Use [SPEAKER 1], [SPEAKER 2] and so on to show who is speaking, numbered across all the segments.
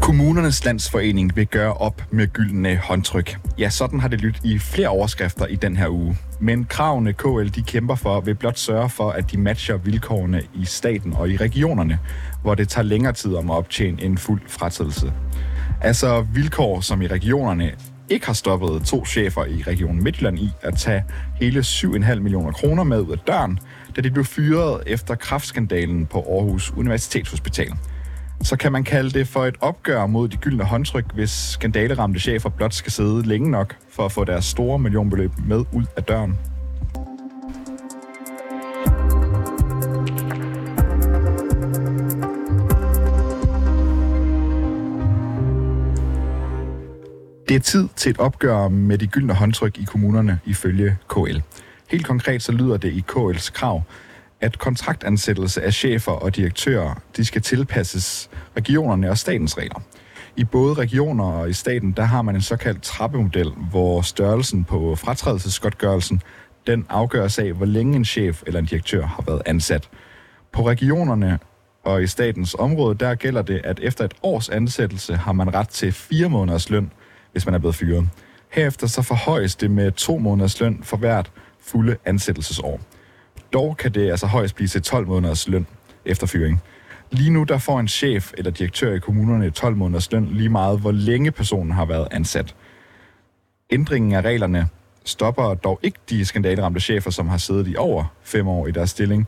[SPEAKER 1] Kommunernes Landsforening vil gøre op med gyldne håndtryk. Ja, sådan har det lyttet i flere overskrifter i den her uge. Men kravene KL de kæmper for, vil blot sørge for, at de matcher vilkårene i staten og i regionerne, hvor det tager længere tid om at optjene en fuld fratrædelse. Altså vilkår, som i regionerne ikke har stoppet 2 chefer i Region Midtjylland i at tage hele 7,5 millioner kroner med ud af døren, da de blev fyret efter kræftskandalen på Aarhus Universitetshospital. Så kan man kalde det for et opgør mod de gyldne håndtryk, hvis skandaleramte chefer blot skal sidde længe nok for at få deres store millionbeløb med ud af døren. Det er tid til et opgør med de gyldne håndtryk i kommunerne ifølge KL. Helt konkret så lyder det i KL's krav, at kontraktansættelse af chefer og direktører, de skal tilpasses regionerne og statens regler. I både regioner og i staten, der har man en såkaldt trappemodel, hvor størrelsen på fratrædelsesgodtgørelsen, den afgøres af, hvor længe en chef eller en direktør har været ansat. På regionerne og i statens område, der gælder det, at efter et års ansættelse har man ret til 4 måneders løn, hvis man er blevet fyret. Herefter så forhøjes det med 2 måneders løn for hvert fulde ansættelsesår. Dog kan det altså højst blive til 12 måneders løn efter fyring. Lige nu der får en chef eller direktør i kommunerne 12 måneders løn lige meget, hvor længe personen har været ansat. Ændringen af reglerne stopper dog ikke de skandaleramte chefer, som har siddet i over 5 år i deres stilling.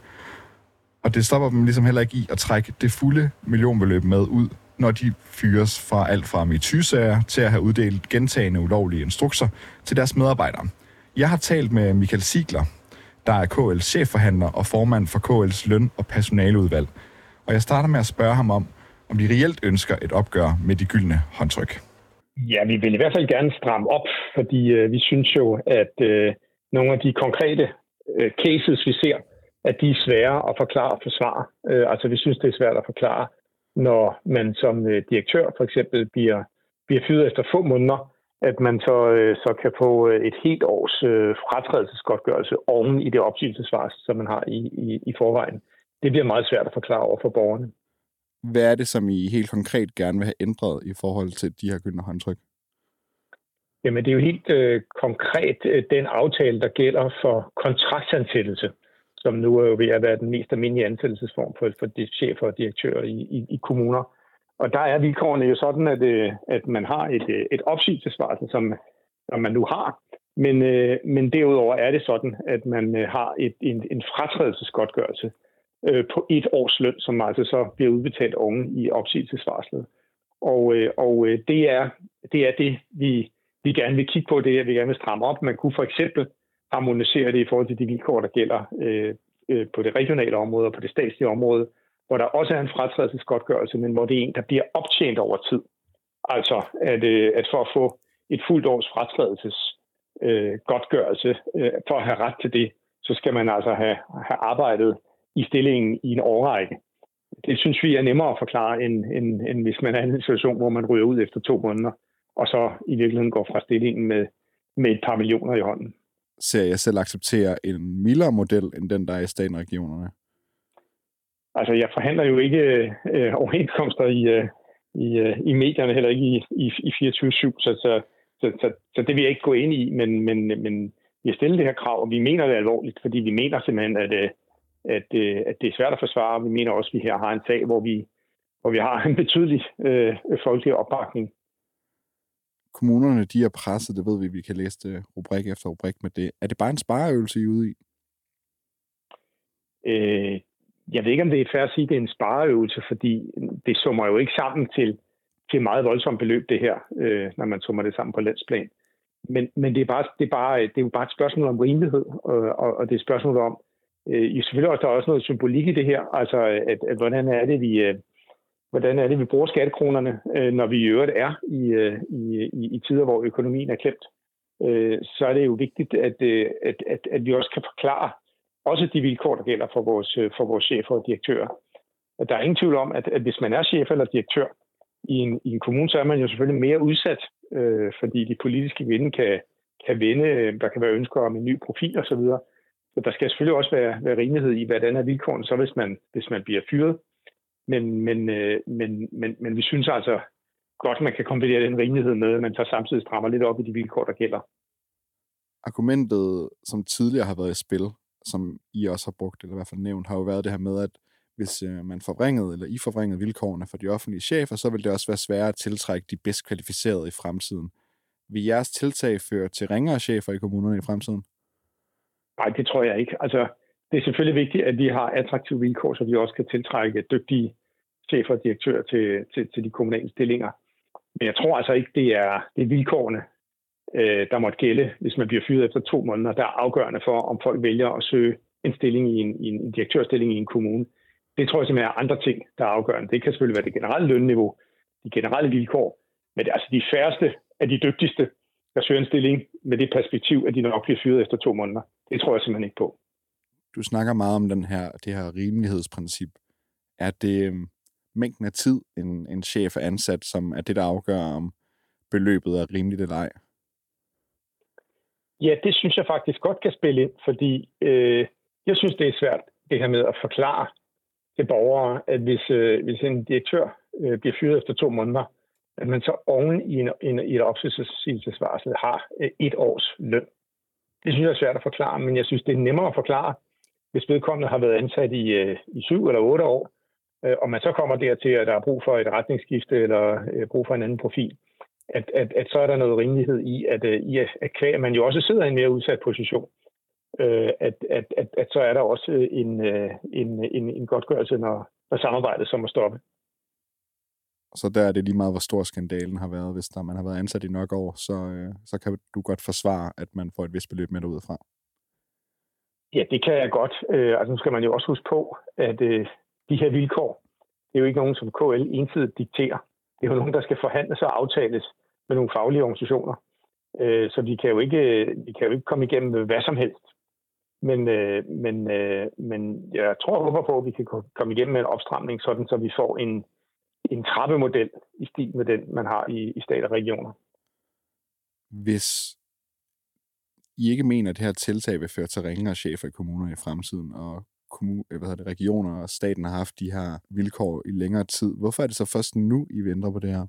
[SPEAKER 1] Og det stopper dem ligesom heller ikke i at trække det fulde millionbeløb med ud, når de fyres fra alt fra MeToo-sager til at have uddelt gentagne ulovlige instrukser til deres medarbejdere. Jeg har talt med Michael Ziegler, der er KL's chefforhandler og formand for KL's løn- og personaleudvalg. Og jeg starter med at spørge ham om de reelt ønsker et opgør med de gyldne håndtryk.
[SPEAKER 2] Ja, vi vil i hvert fald gerne stramme op, fordi vi synes jo, at nogle af de konkrete cases, vi ser, at de er svære at forklare og forsvare. Altså, vi synes, det er svært at forklare, når man som direktør for eksempel bliver fyret efter få måneder, at man så kan få et helt års fratrædelsesgodtgørelse oven i det opsigelsesvarsel, som man har i forvejen. Det bliver meget svært at forklare over for borgerne.
[SPEAKER 1] Hvad er det, som I helt konkret gerne vil have ændret i forhold til de her gyldne håndtryk?
[SPEAKER 2] Jamen, det er jo helt konkret den aftale, der gælder for kontraktsansættelse, som nu er jo ved at være den mest almindelige ansættelsesform for de chefer og direktører i kommuner. Og der er vilkårene jo sådan, at man har et opsigelsesvarsel, som man nu har. Men derudover er det sådan, at man har en fratrædelsesgodtgørelse på 1 års løn, som altså så bliver udbetalt oven i opsigelsesvarslet. Og det er det, vi gerne vil kigge på, det er, vi gerne vil stramme op. Man kunne for eksempel harmonisere det i forhold til de vilkår, der gælder på det regionale område og på det statslige område, hvor der også er en fratrædelsesgodtgørelse, men hvor det er en, der bliver optjent over tid. Altså, at for at få et fuldt års fratrædelsesgodtgørelse, for at have ret til det, så skal man altså have arbejdet i stillingen i en årrække. Det synes vi er nemmere at forklare, end hvis man er i en situation, hvor man ryger ud efter 2 måneder, og så i virkeligheden går fra stillingen med et par millioner i hånden.
[SPEAKER 1] Ser jeg selv acceptere en mildere model, end den, der er i staten og regionerne?
[SPEAKER 2] Altså, jeg forhandler jo ikke overenskomster i medierne, heller ikke i 24/7, så det vil jeg ikke gå ind i, men vi har stillet det her krav, og vi mener det alvorligt, fordi vi mener simpelthen, at det er svært at forsvare. Vi mener også, at vi her har en sag, hvor vi har en betydelig folkelig opbakning.
[SPEAKER 1] Kommunerne, de er presset, det ved vi kan læse det rubrik efter rubrik med det. Er det bare en spareøvelse, I er ude i?
[SPEAKER 2] Jeg ved ikke, om det er fair at sige, at det er en spareøvelse, fordi det summer jo ikke sammen til meget voldsomt beløb, det her, når man summer det sammen på landsplan. Men det er jo bare et spørgsmål om rimelighed, og det er et spørgsmål om, selvfølgelig også, der er også noget symbolik i det her, altså at hvordan er det, vi bruger skattekronerne, når vi i øvrigt er i tider, hvor økonomien er klemt. Så er det jo vigtigt, at vi også kan forklare også de vilkår, der gælder for vores chefer og direktører. Der er ingen tvivl om, at hvis man er chef eller direktør i en kommune, så er man jo selvfølgelig mere udsat, fordi de politiske vinde kan vinde, der kan være ønsker om en ny profil osv. Så der skal selvfølgelig også være rimelighed i, hvordan er vilkårene, så hvis man bliver fyret. Men vi synes altså, godt, man kan kombinere den rimelighed med, at man så samtidig strammer lidt op i de vilkår, der gælder.
[SPEAKER 1] Argumentet, som tidligere har været i spil, som I også har brugt, eller i hvert fald nævnt, har jo været det her med, at hvis man forvringede vilkårene for de offentlige chefer, så vil det også være sværere at tiltrække de bedst kvalificerede i fremtiden. Vil jeres tiltag føre til ringere chefer i kommunerne i fremtiden?
[SPEAKER 2] Nej, det tror jeg ikke. Altså, det er selvfølgelig vigtigt, at vi har attraktive vilkår, så vi også kan tiltrække dygtige chefer og direktører til de kommunale stillinger. Men jeg tror altså ikke, det er vilkårene, der måtte gælde, hvis man bliver fyret efter 2 måneder, der er afgørende for, om folk vælger at søge en stilling i en direktørstilling i en kommune. Det tror jeg simpelthen er andre ting, der er afgørende. Det kan selvfølgelig være det generelle lønniveau, de generelle vilkår, men det er altså de færreste af de dygtigste, der søger en stilling med det perspektiv, at de nok bliver fyret efter 2 måneder. Det tror jeg simpelthen ikke på.
[SPEAKER 1] Du snakker meget om det her rimelighedsprincip. Er det mængden af tid, en chef er ansat, som er det, der afgør, om beløbet er rimeligt eller ej?
[SPEAKER 2] Ja, det synes jeg faktisk godt kan spille ind, fordi jeg synes, det er svært, det her med at forklare til borgere, at hvis en direktør bliver fyret efter 2 måneder, at man så oven i et opsigelsesvarsel har 1 års løn. Det synes jeg er svært at forklare, men jeg synes, det er nemmere at forklare, hvis vedkommende har været ansat i 7 eller 8 år, og man så kommer dertil, at der er brug for et retningsskifte eller brug for en anden profil, at så er der noget rimelighed i, at kvæg, man jo også sidder i en mere udsat position, at så er der også en godtgørelse, når samarbejdet så må stoppe.
[SPEAKER 1] Så der er det lige meget, hvor stor skandalen har været. Hvis man har været ansat i nok år, så kan du godt forsvare, at man får et vist beløb med derudfra.
[SPEAKER 2] Ja, det kan jeg godt. Altså nu skal man jo også huske på, at de her vilkår, det er jo ikke nogen, som KL ensidigt dikterer. Det er jo nogen, der skal forhandles og aftales med nogle faglige organisationer. Så vi kan jo ikke komme igennem med hvad som helst. Men jeg tror og håber på, at vi kan komme igennem med en opstramning, sådan så vi får en trappemodel i stil med den, man har i stat og regioner.
[SPEAKER 1] Hvis I ikke mener, at det her tiltag vil føre til ringere chefer i kommuner i fremtiden, og regioner og staten har haft de her vilkår i længere tid, hvorfor er det så først nu, I venter på det her?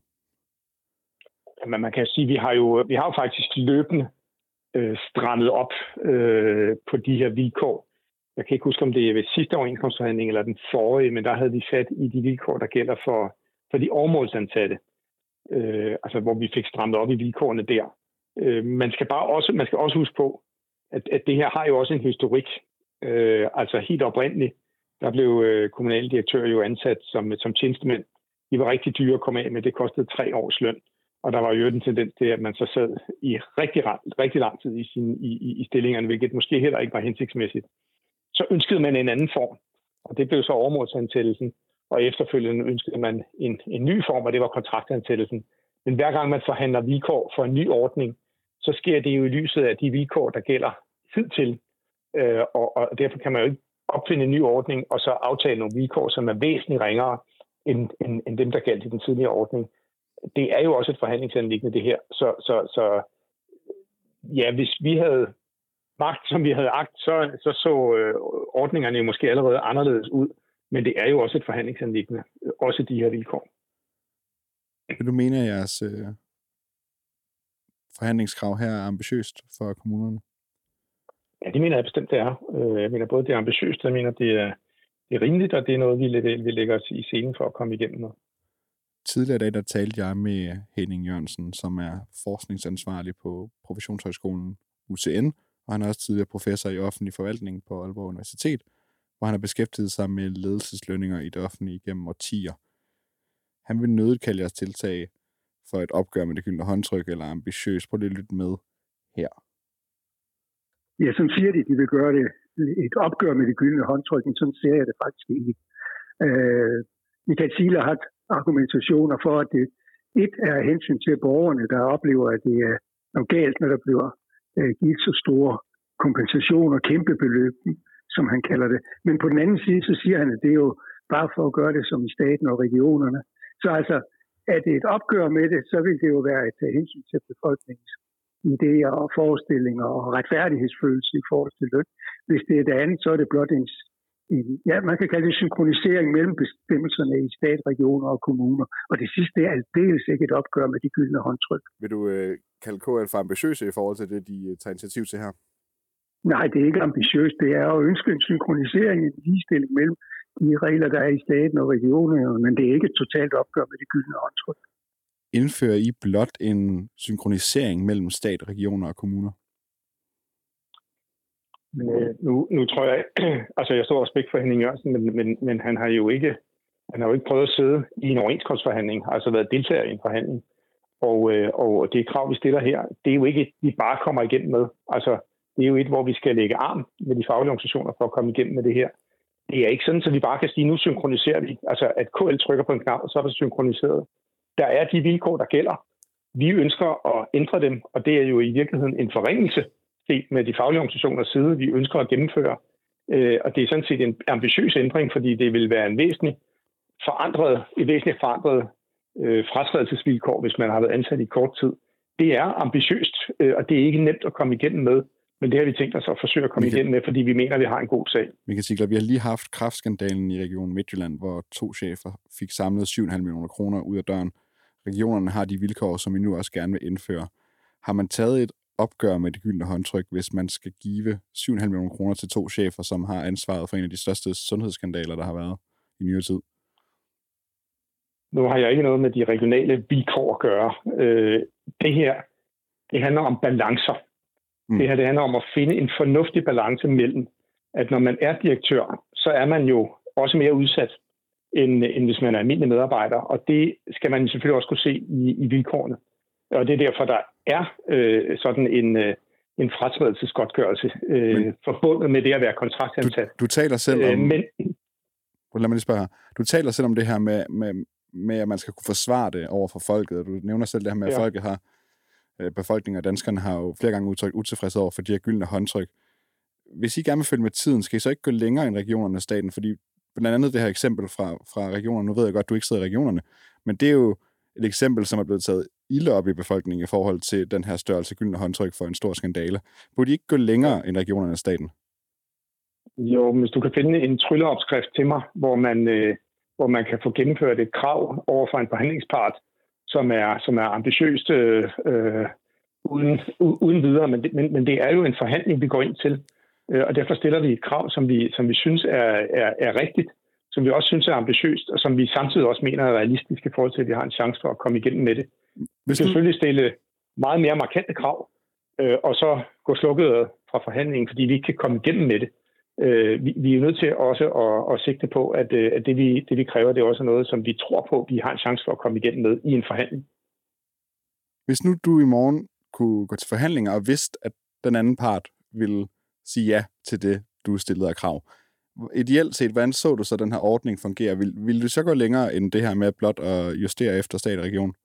[SPEAKER 2] Men man kan sige, at vi har jo faktisk løbende strammet op på de her vilkår. Jeg kan ikke huske, om det er ved sidste overenskomstforhandling eller den forrige, men der havde vi fat i de vilkår, der gælder for de åremålsansatte. Altså hvor vi fik strammet op i vilkårene der. Man skal også huske på, at det her har jo også en historik. Altså helt oprindeligt, der blev kommunale direktører jo ansat som tjenestemænd. De var rigtig dyre at komme af med. Det kostede 3 års løn. Og der var jo en tendens til, at man så sad i rigtig lang tid i stillingerne, hvilket måske heller ikke var hensigtsmæssigt. Så ønskede man en anden form, og det blev så åremålsansættelsen. Og efterfølgende ønskede man en ny form, og det var kontraktansættelsen. Men hver gang man forhandler vilkår for en ny ordning, så sker det jo i lyset af de vilkår, der gælder hidtil. Og derfor kan man jo ikke opfinde en ny ordning, og så aftale nogle vilkår, som er væsentligt ringere end dem, der galt i den tidligere ordning. Det er jo også et forhandlingsanliggende, det her. Så ja, hvis vi havde magt, som vi havde agt, så ordningerne jo måske allerede anderledes ud. Men det er jo også et forhandlingsanliggende. Også de her vilkår.
[SPEAKER 1] Vil du mene, at jeres forhandlingskrav her er ambitiøst for kommunerne?
[SPEAKER 2] Ja, det mener jeg bestemt, det er. Jeg mener både, det er ambitiøst, jeg mener, det er rimeligt, og det er noget, vi lægger os i scenen for at komme igennem med.
[SPEAKER 1] Tidligere i dag, der talte jeg med Henning Jørgensen, som er forskningsansvarlig på Professionshøjskolen UCN, og han er også tidligere professor i offentlig forvaltning på Aalborg Universitet, hvor han har beskæftiget sig med ledelseslønninger i det offentlige gennem årtier. Han vil nødigt kalde jeres tiltag for et opgør med det gyldne håndtryk eller ambitiøst. Prøv lige at lytte med her.
[SPEAKER 3] Ja, sådan siger de vil gøre det et opgør med det gyldne håndtryk, men sådan ser jeg det faktisk ikke. Michael Ziegler har argumentationer for, at det er hensyn til borgerne, der oplever, at det er noget galt, når der bliver givet så store kompensationer, kæmpe beløb, som han kalder det. Men på den anden side, så siger han, at det er jo bare for at gøre det som i staten og regionerne. Så altså, er det et opgør med det, så vil det jo være et hensyn til befolkningens idéer og forestillinger og retfærdighedsfølelse i forhold til løn. Hvis det er det andet, så er det blot man kan kalde det synkronisering mellem bestemmelserne i stat, regioner og kommuner. Og det sidste er aldeles ikke et opgør med de gyldne håndtryk.
[SPEAKER 1] Vil du kalde KL for ambitiøse i forhold til det, de tager initiativ til her?
[SPEAKER 3] Nej, det er ikke ambitiøst. Det er at ønske en synkronisering, en ligestilling mellem de regler, der er i staten og regionerne, men det er ikke et totalt opgør med de gyldne håndtryk.
[SPEAKER 1] Indfører I blot en synkronisering mellem stat, regioner og kommuner?
[SPEAKER 2] Nu tror jeg, altså jeg står respekt for Henning Jørgensen, men han har jo ikke prøvet at sidde i en overenskomstforhandling, altså været deltager i en forhandling. Og det krav, vi stiller her, det er jo ikke et, vi bare kommer igennem med. Altså, det er jo et, hvor vi skal lægge arm med de faglige organisationer for at komme igennem med det her. Det er ikke sådan, at vi bare kan sige, nu synkroniserer vi. Altså, at KL trykker på en knap, og så er det synkroniseret. Der er de vilkår, der gælder. Vi ønsker at ændre dem, og det er jo i virkeligheden en forringelse set med de faglige organisationers side, vi ønsker at gennemføre. Og det er sådan set en ambitiøs ændring, fordi det vil være et væsentligt forandret fratrædelsesvilkår, hvis man har været ansat i kort tid. Det er ambitiøst, og det er ikke nemt at komme igennem med, men det har vi tænkt os at forsøge at komme igennem med, fordi vi mener, at vi har en god sag.
[SPEAKER 1] Vi kan sige, at vi har lige haft kræftskandalen i Region Midtjylland, hvor 2 chefer fik samlet 7,5 millioner kroner ud af døren. Regionerne har de vilkår, som vi nu også gerne vil indføre. Har man taget et opgør med det gyldne håndtryk, hvis man skal give 7,5 millioner kroner til 2 chefer, som har ansvaret for en af de største sundhedsskandaler, der har været i nyere tid?
[SPEAKER 2] Nu har jeg ikke noget med de regionale vilkår at gøre. Det her, det handler om balancer. Det her, det handler om at finde en fornuftig balance mellem, at når man er direktør, så er man jo også mere udsat, end hvis man er almindelig medarbejder. Og det skal man selvfølgelig også kunne se i vilkårene. Og det er derfor, der er sådan en fratrædelsesgodtgørelse forbundet med det at være kontraktansat.
[SPEAKER 1] Du taler selv om... Lad mig lige spørge her. Du taler selv om det her med, at man skal kunne forsvare det over for folket. Du nævner selv det her med, at folket har... Befolkningen og danskerne har jo flere gange udtrykt utilfredshed over for de her gyldne håndtryk. Hvis I gerne vil følge med tiden, skal I så ikke gå længere end regionerne og staten? Fordi blandt andet det her eksempel fra regionerne, nu ved jeg godt, du ikke sidder i regionerne, men det er jo et eksempel, som er blevet taget ilde op i befolkningen i forhold til den her størrelse gyldne håndtryk for en stor skandale. Burde I ikke gå længere end regionerne og staten? Jo,
[SPEAKER 2] hvis du kan finde en trylleopskrift til mig, hvor man kan få gennemført et krav over for en forhandlingspart, som er ambitiøst uden videre, men det er jo en forhandling, vi går ind til, og derfor stiller vi et krav, som vi synes er rigtigt, som vi også synes er ambitiøst, og som vi samtidig også mener er realistisk i forhold til, at vi har en chance for at komme igennem med det. Vi skal selvfølgelig stille meget mere markante krav, og så gå slukket fra forhandlingen, fordi vi ikke kan komme igennem med det. Vi er nødt til også at sigte på, at det vi kræver, det er også noget, som vi tror på, vi har en chance for at komme igennem med i en forhandling.
[SPEAKER 1] Hvis nu du i morgen kunne gå til forhandlinger og vidste, at den anden part ville sige ja til det, du stillede af krav. Ideelt set, hvordan så du så den her ordning fungere? Vil du så gå længere end det her med blot at justere efter stat og region?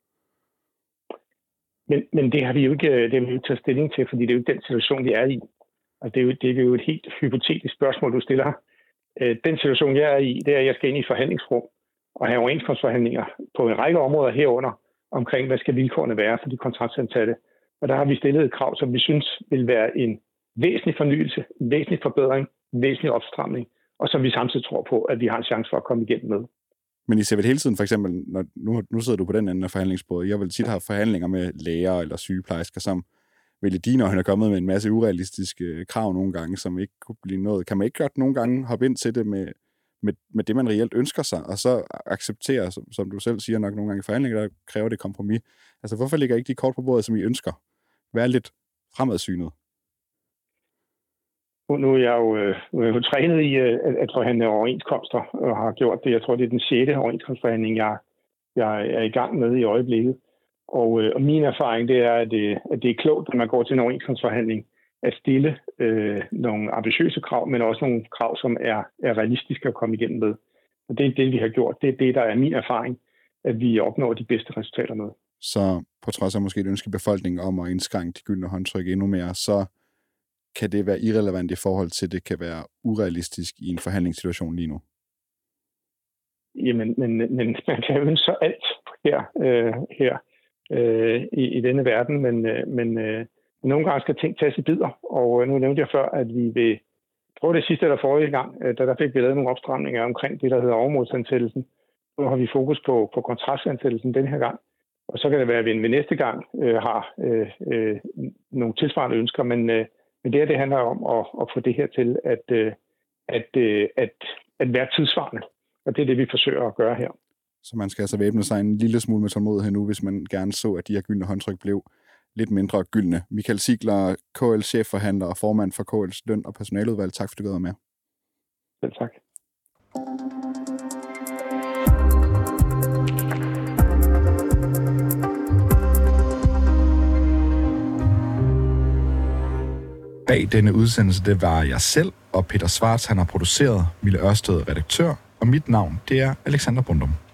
[SPEAKER 2] Men det har vi jo ikke taget stilling til, fordi det er jo den situation, vi er i. Og det er jo et helt hypotetisk spørgsmål, du stiller. Den situation, jeg er i, det er, at jeg skal ind i et forhandlingsrum og have overenskomstforhandlinger på en række områder herunder omkring, hvad skal vilkårene være for de kontraktsansatte. Og der har vi stillet et krav, som vi synes vil være en væsentlig fornyelse, en væsentlig forbedring, en væsentlig opstramning, og som vi samtidig tror på, at vi har en chance for at komme igennem med.
[SPEAKER 1] Men I ser vel hele tiden, for eksempel, når nu sidder du på den anden af forhandlingsbordet, jeg vil tit have forhandlinger med læger eller sygeplejersker, som vel i dine øjne er kommet med en masse urealistiske krav nogle gange, som ikke kunne blive nået. Kan man ikke godt nogle gange hoppe ind til det med det, man reelt ønsker sig, og så acceptere, som du selv siger nok nogle gange i forhandlinger, der kræver det kompromis? Altså, hvorfor ligger ikke de kort på bordet, som I ønsker? Vær lidt fremadsynet.
[SPEAKER 2] Nu er jeg jo trænet i at forhandle overenskomster, og har gjort det. Jeg tror, det er den 6. overenskomstforhandling, jeg er i gang med i øjeblikket. Og min erfaring, det er, at det er klogt, når man går til en overenskomstforhandling, at stille nogle ambitiøse krav, men også nogle krav, som er realistiske at komme igennem med. Og det er det, vi har gjort. Det er det, der er min erfaring, at vi opnår de bedste resultater med.
[SPEAKER 1] Så på trods af måske et ønske i befolkningen om at indskrænke de gyldne håndtryk endnu mere, så kan det være irrelevant i forhold til, at det kan være urealistisk i en forhandlingssituation lige nu?
[SPEAKER 2] Jamen, men man kan jo ønske så alt her i denne verden, men nogle gange skal ting tages i bidder. Og nu nævnte jeg før, at vi vil prøve det sidste eller forrige gang, der fik vi lavet nogle opstramninger omkring det, der hedder overmodsansættelsen. Nu har vi fokus på kontraktsansættelsen den her gang. Og så kan det være, at vi næste gang har nogle tilsvarende ønsker, men det handler om at få det her til at være tidsvarende. Og det er det, vi forsøger at gøre her.
[SPEAKER 1] Så man skal altså væbne sig en lille smule med tålmodighed nu, hvis man gerne så, at de her gyldne håndtryk blev lidt mindre gyldne. Michael Ziegler, KL's chefforhandler og formand for KL's løn- og personaleudvalg. Tak fordi du var med.
[SPEAKER 2] Selv tak.
[SPEAKER 1] Bag denne udsendelse, det var jeg selv, og Peter Schwartz, han har produceret, Mille Ørsted, redaktør, og mit navn, det er Alexander Brundum.